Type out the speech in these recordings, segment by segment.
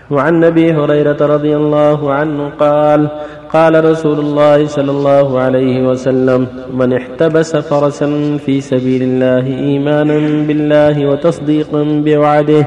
وعن أبي هريرة رضي الله عنه قال قال رسول الله صلى الله عليه وسلم: من احتبس فرسا في سبيل الله إيمانا بالله وتصديقا بوعده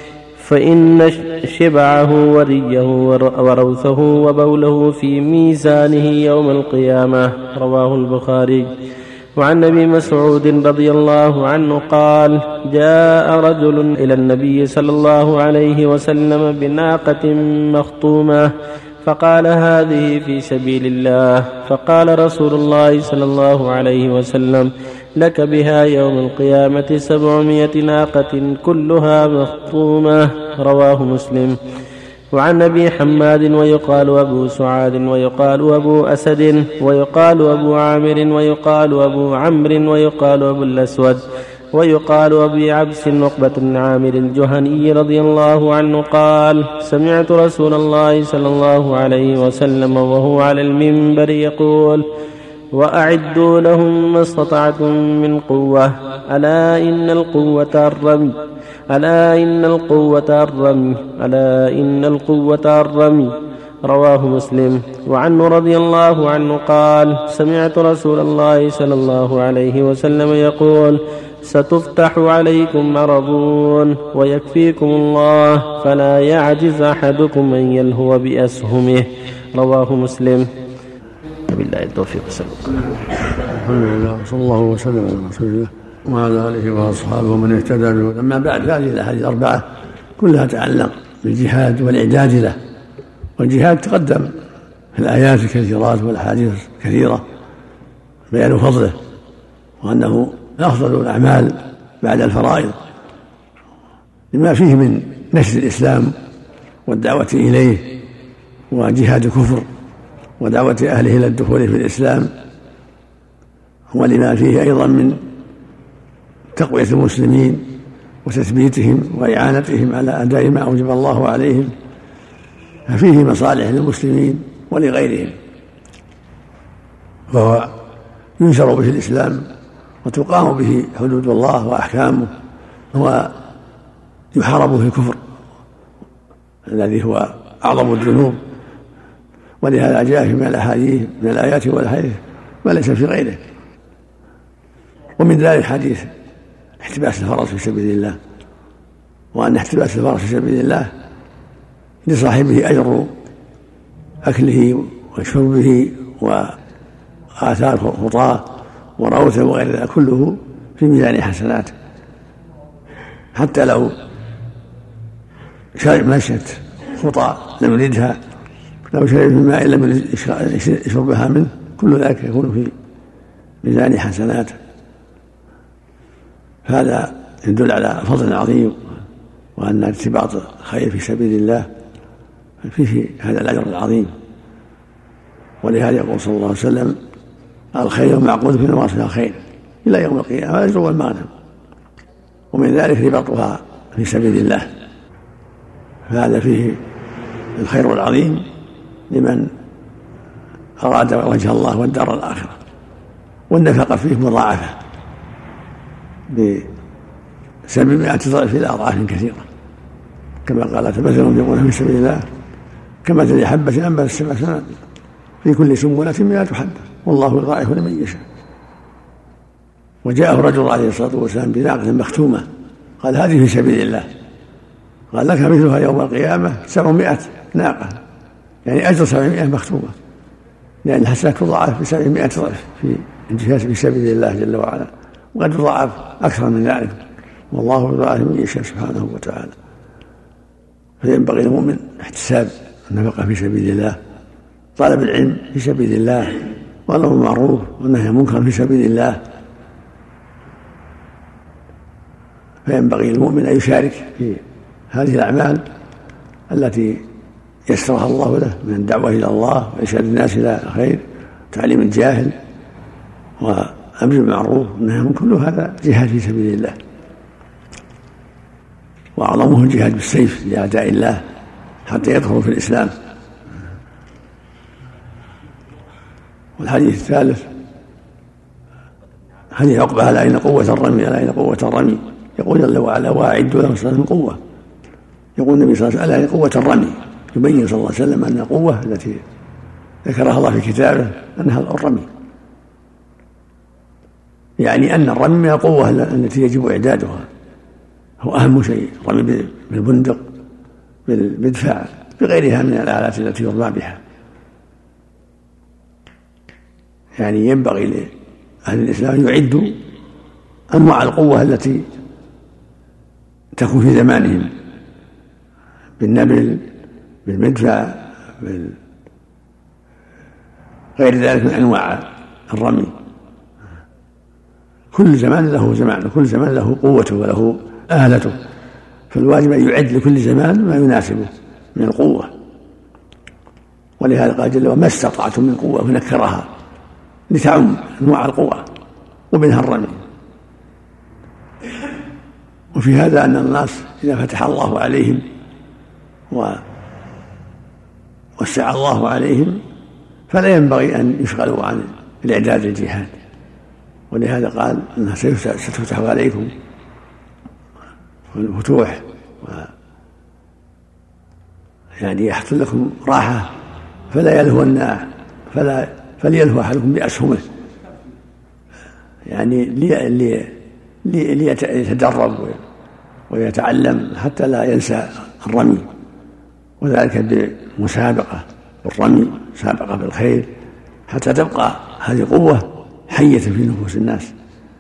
فإن شبعه وريه وروثه وبوله في ميزانه يوم القيامة. رواه البخاري. وعن أبي مسعود رضي الله عنه قال: جاء رجل إلى النبي صلى الله عليه وسلم بناقة مخطومة فقال: هذه في سبيل الله. فقال رسول الله صلى الله عليه وسلم: لك بها يوم القيامة 700 ناقة كلها مخطومة. رواه مسلم. وعن أبي حماد ويقال أبو سعاد ويقال أبو أسد ويقال أبو عامر ويقال أبو عمرو ويقال أبو الأسود ويقال أبي عبس عقبة بن عامر الجهني رضي الله عنه قال: سمعت رسول الله صلى الله عليه وسلم وهو على المنبر يقول: وأعدوا لهم ما استطعتم من قوة، ألا إن القوة الرمي، ألا إن القوة الرمي، ألا إن القوة الرمي. رواه مسلم. وعنه رضي الله عنه قال: سمعت رسول الله صلى الله عليه وسلم يقول: ستفتح عليكم عربون ويكفيكم الله فلا يعجز أحدكم أن يلهو بأسهمه. رواه مسلم. بالله التوفيق. الحمد لله صلى الله وسلم على رسول الله وعلى آله وأصحابه ومن اهتدى به. أما بعد، هذه الأحاديث الأربعة كلها تتعلق بالجهاد والإعداد له. والجهاد تقدم في الآيات الكثيرات والأحاديث الكثيرة بيان فضله وأنه أفضل الأعمال بعد الفرائض لما فيه من نشر الإسلام والدعوة إليه وجهاد الكفر ودعوة أهله إلى الدخول في الإسلام، ولما فيه أيضا من تقوية المسلمين وتثبيتهم وإعانتهم على أداء ما أوجب الله عليهم، ففيه مصالح للمسلمين ولغيرهم، فهو ينشر به الإسلام وتقام به حدود الله وأحكامه، ويحارب به الكفر الذي هو أعظم الذنوب. ولهذا جاء في من الأحاديث من الآيات والأحاديث ما ليس في غيره. ومن ذلك حديث احتباس الفرس في سبيل الله، وأن احتباس الفرس في سبيل الله لصاحبه أجر أكله وشربه وآثار خطاه وروثه وغير ذلك كله في ميزان حسناته، حتى لو مشت خطى لم يردها، لو شرب من ماء لم يشربها منه، كل ذلك يكون في ميزان حسناته. هذا يدل على فضل عظيم، وأن ارتباط الخير في سبيل الله فيه هذا الأجر العظيم. ولهذا يقول صلى الله عليه وسلم: الخير معقود في نواصي الخير إلى يوم القيامة، الأجر والمغنم. ومن ذلك رباطها في سبيل الله، فهذا فيه الخير العظيم لمن أراد وجه الله والدار الآخرة. والنفقة فيه مضاعفة ب700 ضعف إلى أضعاف كثيرة، كما قال: تبذل ينفقون في سبيل الله كمثل حبة أنبتت 7 سنابل في كل سنبلة 100 حبة والله يضاعف لمن يشاء. وجاءه رجل عليه الصلاة والسلام بناقة مختومة، قال: هذه في سبيل الله. قال: لك مثلها يوم القيامة 700 ناقة، يعني أجر 700 مختومة، لأن الحسنات تضاعف ب700 ضعف في الجهاد في سبيل الله جل وعلا، وقد تضاعف أكثر من ذلك، والله يضاعف من يشاء سبحانه وتعالى. فينبغي المؤمن احتساب النفقة في سبيل الله، طلب العلم في سبيل الله، والأمر بالمعروف والنهي عن المنكر في سبيل الله. فينبغي المؤمن أن يشارك في هذه الأعمال التي يسرها الله له من الدعوة إلى الله وإرشاد الناس إلى الخير، تعليم الجاهل، وأمر بالمعروف والنهي عن المنكر، كل هذا جهاد في سبيل الله. وأعظمه الجهاد بالسيف لأعداء الله حتى يدخلوا في الإسلام. والحديث الثالث حديث عقبة: ألا إن قوة الرمي، ألا إن قوة الرمي. يقول جل وعلا: وأعدوا لهم ما استطعتم من قوة. يقول النبي صلى الله عليه وسلم قوة الرمي، يبين صلى الله عليه وسلم أن القوة التي ذكرها الله في كتابه أنها الرمي، يعني أن الرمي من القوة التي يجب إعدادها، هو أهم شيء. الرمي بالبندق بالمدفع بغيرها من الآلات التي يرمى بها. يعني ينبغي لأهل الإسلام يعدوا أنواع القوة التي تكون في زمانهم، بالنبل بالمدفع غير ذلك من أنواع الرمي. كل زمان له زمان، وكل زمان له قوته وله آلته، فالواجب أن يعد لكل زمان ما يناسبه من القوة. ولهذا قال جل وعلا ما استطعتم من قوة ونكرها لتعم أنواع القوة ومنها الرمي. وفي هذا أن الناس إذا فتح الله عليهم ووسع الله عليهم فلا ينبغي أن يشغلوا عن الإعداد للجهاد، ولهذا قال أنها ستفتح عليكم والفتوح يعني يحصل لكم راحة فليلهو أحدكم بأسهمه، يعني ليتدرب ويتعلم حتى لا ينسى الرمي، وذلك بمسابقة بالرمي، مسابقة بالخير، حتى تبقى هذه قوة حية في نفوس الناس.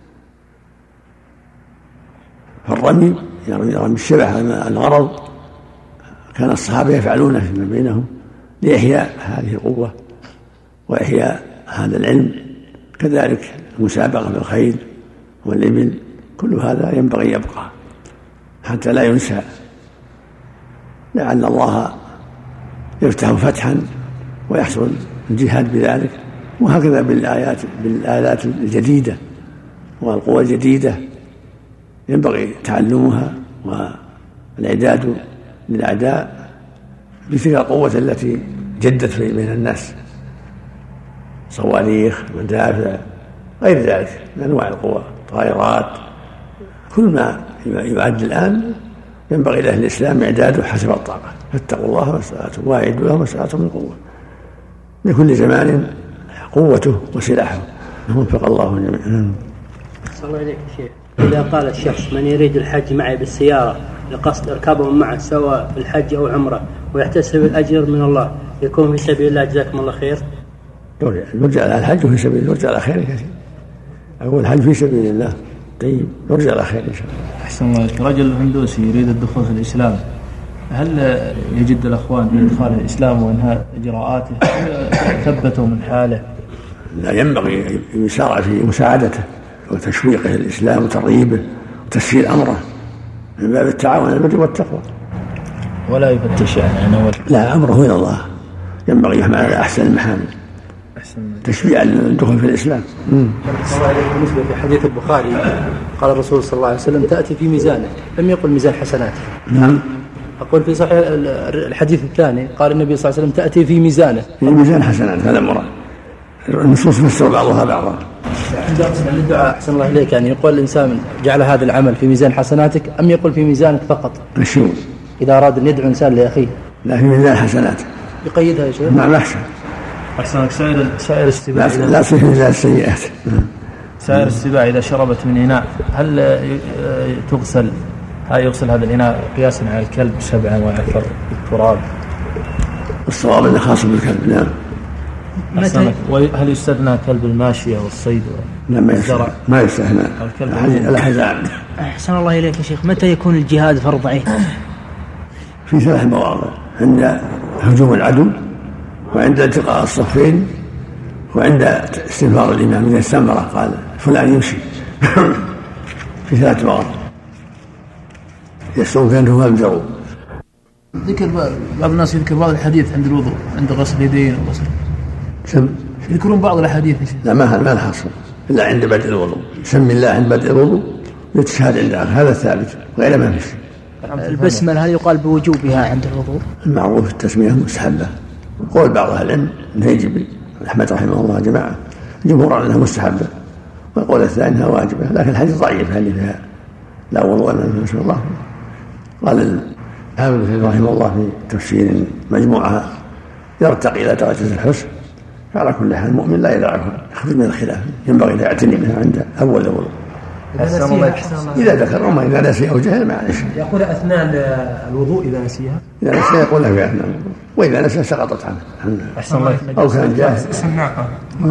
فالرمي يرمي الشبح الغرض كان الصحابة يفعلونه فيما بينهم لإحياء هذه القوة وإحياء هذا العلم. كذلك المسابقة بالخيل والإبل، كل هذا ينبغي يبقى حتى لا ينسى، لعل الله يفتح فتحا ويحصل الجهاد بذلك. وهكذا بالآلات الجديدة والقوى الجديدة ينبغي تعلمها والإعداد للأعداء بتلك القوة التي جدت بين الناس، صواريخ، مدافع، غير ذلك من أنواع القوى، طائرات. كل ما يعد الآن ينبغي لأهل الإسلام إعداده حسب الطاقة، فاتقوا الله ما استطعتم واعدوا لهم ما استطعتم من قوة. لكل زمان قوته وسلاحه، وفق الله جميعا. صلى الله عليك يا شيخ، إذا قال الشخص من يريد الحج معي بالسيارة لقصد إركابهم معه سواء في الحج أو عمرة ويحتسب الأجر من الله، يكون في سبيل الله؟ جزاكم الله خير. يرجع على الحج في سبيل الله، يرجع على خير كثير. أقول الحج في سبيل الله، طيب يرجع على خير إن شاء الله. أحسن الله إليك. رجل هندوسي يريد الدخول في الإسلام، هل يجد الأخوان في إدخال الإسلام وإنهاء إجراءاته ثبتوا من حاله؟ لا، ينبغي يسارع في مساعدته وتشويقه للإسلام وترغيبه وتسهيل أمره من باب التعاون على البر والتقوى، ولا يفتش يعني لا، أمره إلى الله، ينبغي يحمل على أحسن المحامل تشجيعا للدخول في الإسلام. بالنسبة في حديث البخاري قال الرسول صلى الله عليه وسلم تأتي في ميزانه، لم يقل ميزان حسناته. نعم. أقول في صحيح الحديث الثاني قال النبي صلى الله عليه وسلم تأتي في ميزانه، في ميزان حسنات، هذا مراد. النصوص فسر بعضها بعضا. الدعاء أحسن الله إليك، يعني يقول الإنسان جعل هذا العمل في ميزان حسناتك أم يقول في ميزانك فقط؟ الشيء إذا أراد أن يدعو إنسان لأخيه لا، في ميزان حسنات يقيدها يا شيخ. نعم أحسن. أحسنك. سائر السباع لا في ميزان السيئات. سائر السباع إذا شربت من إناء هل يغسل هذا الإناء قياسا على الكلب 7 ويعفر بالتراب؟ الصواب أنه خاص بالكلب. نعم. وهل يستثنى كلب الماشية والصيد والزرع؟ ما يستثنى الحزام. أحسن الله إليك يا شيخ، متى يكون الجهاد فرض عين؟ في 3 مواضع: عند هجوم العدو، وعند التقاء الصفين، وعند استنفار الإمام من الثمرة قال فلان يمشي. في 3 مواضع يستوون كأنهم أبدروا. ذكر بعض الناس يذكر بعض الحديث عند الوضوء، عند غسل اليدين وغسل يذكرون بعض الأحاديث. لا، ما الحصر إلا عند بدء الوضوء، سمي الله عند بدء الوضوء يتشهد عند هذا ثابت، غير ما فيش. البسملة هل يقال بوجوبها عند الوضوء؟ المعروف التسمية مستحبة، قول بعض أهل العلم أنه يجب، أحمد رحمه الله جماعة جمهور أنها مستحبة، والقول الثاني أنها واجبة، لكن الحديث ضعيف اللي فيها لا وضوء لمن شاء الله. قال حافظ رحمه الله في تفسير مجموعة يرتقي إلى درجة الحسن. فعلى كل حال المؤمن لا يدعه يخرج من الخلاف، ينبغي أن يعتني بها عند أول الوضوء إذا ذكر، وما إذا نسي أو جهل معلش. يقول أثناء الوضوء إذا نسيها، إذا نسي يقولها في أثناء الوضوء، وإذا نسي سقطت عنه. أحسن الله. أو كان جاهل. الناقة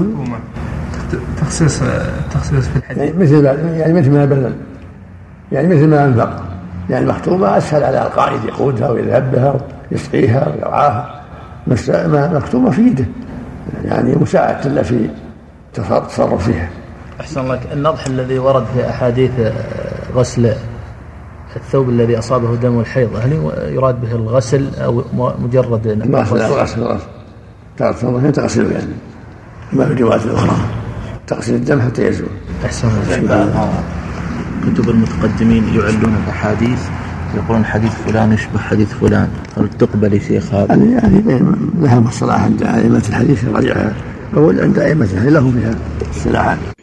تخصيص في الحديث مثل ما بذل، يعني مثل ما أنفق. يعني المختومة أسهل على القائد يقودها ويذهب بها ويسقيها ويرعاها، مكتومة في يده يعني مساعدة له في تصرف فيها. أحسن لك. النضح الذي ورد في أحاديث غسل الثوب الذي أصابه دم الحيض، هل يراد به الغسل أو مجرد الغسل؟ تغسل يعني ما في الروايات الأخرى تغسل الدم حتى يزول. أحسن لك. كتب المتقدمين يعلون بأحاديث يقولون حديث فلان يشبه حديث فلان، هل تقبل يا شيخ هذا؟ يعني لها مصطلح عند أئمة الحديث رجعها، أول عند أئمة الحديث لهم فيها اصطلاحات.